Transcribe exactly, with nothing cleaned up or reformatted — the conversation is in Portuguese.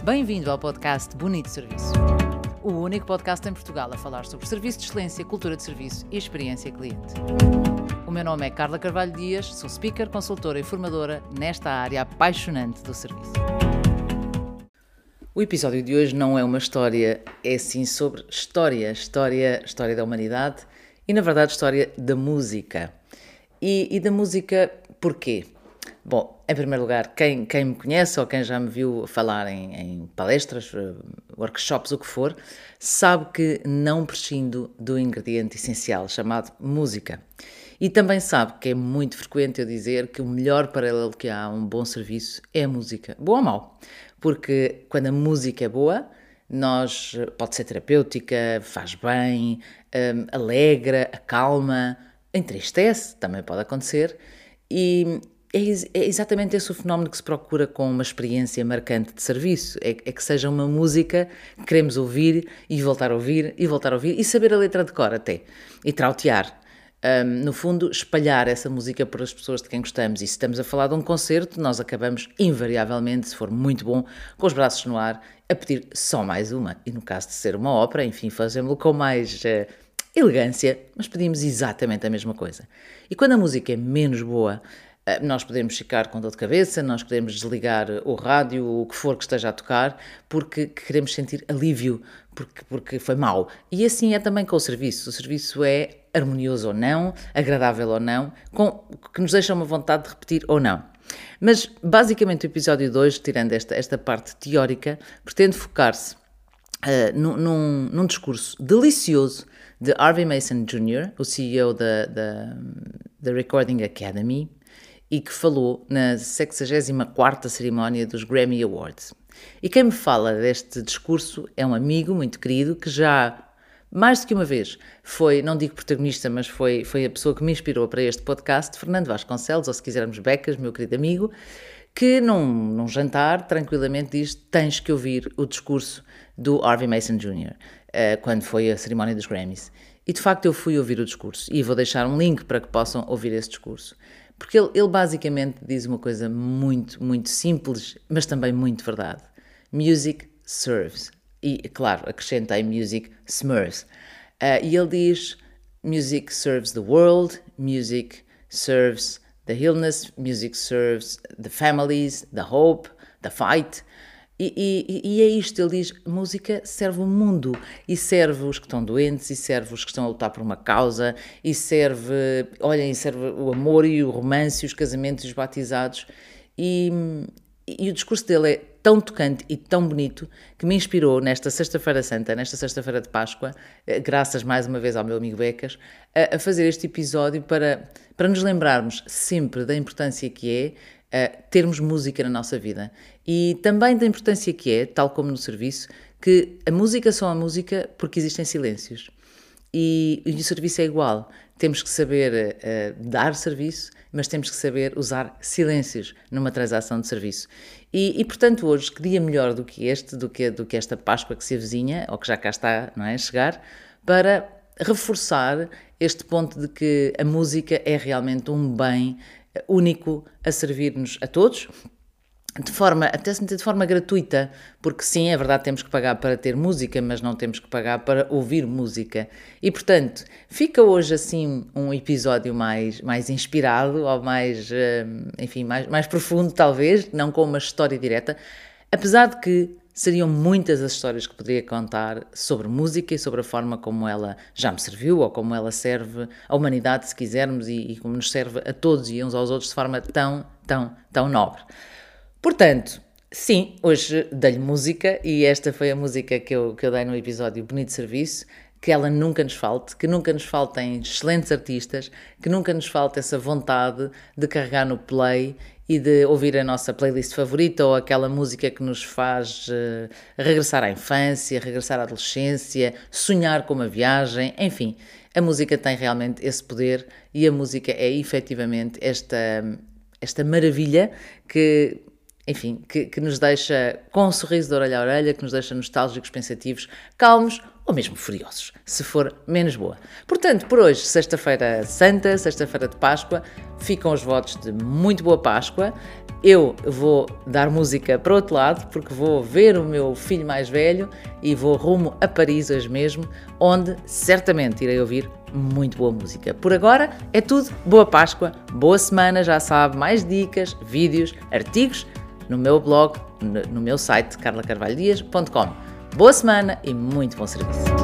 Bem-vindo ao podcast Bonito Serviço, o único podcast em Portugal a falar sobre serviço de excelência, cultura de serviço e experiência cliente. O meu nome é Carla Carvalho Dias, sou speaker, consultora e formadora nesta área apaixonante do serviço. O episódio de hoje não é uma história, é sim sobre história, história, história da humanidade e, na verdade, história da música. E, e da música porquê? Bom, em primeiro lugar, quem, quem me conhece ou quem já me viu falar em, em palestras, workshops, o que for, sabe que não prescindo do ingrediente essencial chamado música. E também sabe que é muito frequente eu dizer que o melhor paralelo que há a um bom serviço é a música, boa ou mau. Porque quando a música é boa, nós, pode ser terapêutica, faz bem, um, alegra, acalma, entristece, também pode acontecer, e é, é exatamente esse o fenómeno que se procura com uma experiência marcante de serviço, é, é que seja uma música que queremos ouvir e voltar a ouvir e voltar a ouvir e saber a letra de cor até, e trautear. Um, no fundo, espalhar essa música por as pessoas de quem gostamos. E se estamos a falar de um concerto, nós acabamos, invariavelmente, se for muito bom, com os braços no ar, a pedir só mais uma. E no caso de ser uma ópera, enfim, fazemos-lo com mais uh, elegância, mas pedimos exatamente a mesma coisa. E quando a música é menos boa, uh, nós podemos ficar com dor de cabeça, nós podemos desligar o rádio, o que for que esteja a tocar, porque queremos sentir alívio, porque, porque foi mau. E assim é também com o serviço. O serviço é harmonioso ou não, agradável ou não, com, que nos deixa uma vontade de repetir ou não. Mas, basicamente, o episódio de hoje, tirando esta, esta parte teórica, pretende focar-se uh, num, num, num discurso delicioso de Harvey Mason júnior, o C E O da, da, da Recording Academy, e que falou na sexagésima quarta cerimónia dos Grammy Awards. E quem me fala deste discurso é um amigo muito querido que já, mais do que uma vez, foi, não digo protagonista, mas foi, foi a pessoa que me inspirou para este podcast, Fernando Vasconcelos, ou se quisermos Becas, meu querido amigo, que num, num jantar, tranquilamente diz: tens que ouvir o discurso do Harvey Mason júnior, uh, quando foi a cerimónia dos Grammys. E de facto eu fui ouvir o discurso, e vou deixar um link para que possam ouvir esse discurso. Porque ele, ele basicamente diz uma coisa muito, muito simples, mas também muito verdade. Music serves. E, claro, acrescentei music smurfs. Uh, e ele diz: music serves the world, music serves the illness, music serves the families, the hope, the fight. E, e, e é isto, ele diz: música serve o mundo, e serve os que estão doentes, e serve os que estão a lutar por uma causa, e serve, olhem, serve o amor e o romance, e os casamentos e os batizados. E, e o discurso dele é tão tocante e tão bonito que me inspirou nesta Sexta-feira Santa, nesta Sexta-feira de Páscoa, graças mais uma vez ao meu amigo Becas, a, a fazer este episódio para, para nos lembrarmos sempre da importância que é uh, termos música na nossa vida e também da importância que é, tal como no serviço, que a música só é música porque existem silêncios. E, e o serviço é igual, temos que saber uh, dar serviço, mas temos que saber usar silêncios numa transação de serviço. E, e portanto, hoje, que dia melhor do que este, do que, do que esta Páscoa que se avizinha, ou que já cá está, não é, a chegar, para reforçar este ponto de que a música é realmente um bem único a servir-nos a todos, de forma, até se de forma gratuita, porque sim, é verdade, temos que pagar para ter música, mas não temos que pagar para ouvir música. E, portanto, fica hoje assim um episódio mais, mais inspirado, ou mais, enfim, mais, mais profundo talvez, não com uma história direta, apesar de que seriam muitas as histórias que poderia contar sobre música e sobre a forma como ela já me serviu, ou como ela serve à humanidade, se quisermos, e, e como nos serve a todos e uns aos outros de forma tão, tão, tão nobre. Portanto, sim, hoje dei-lhe música e esta foi a música que eu, que eu dei no episódio Bonito Serviço, que ela nunca nos falte, que nunca nos faltem excelentes artistas, que nunca nos falte essa vontade de carregar no play e de ouvir a nossa playlist favorita ou aquela música que nos faz uh, regressar à infância, regressar à adolescência, sonhar com uma viagem, enfim, a música tem realmente esse poder e a música é efetivamente esta, esta maravilha que... Enfim, que, que nos deixa com um sorriso de orelha a orelha, que nos deixa nostálgicos, pensativos, calmos ou mesmo furiosos, se for menos boa. Portanto, por hoje, sexta-feira santa, sexta-feira de Páscoa, ficam os votos de muito boa Páscoa. Eu vou dar música para o outro lado, porque vou ver o meu filho mais velho e vou rumo a Paris hoje mesmo, onde certamente irei ouvir muito boa música. Por agora é tudo, boa Páscoa, boa semana, já sabe, mais dicas, vídeos, artigos no meu blog, no meu site carla carvalho dias ponto com. Boa semana e muito bom serviço.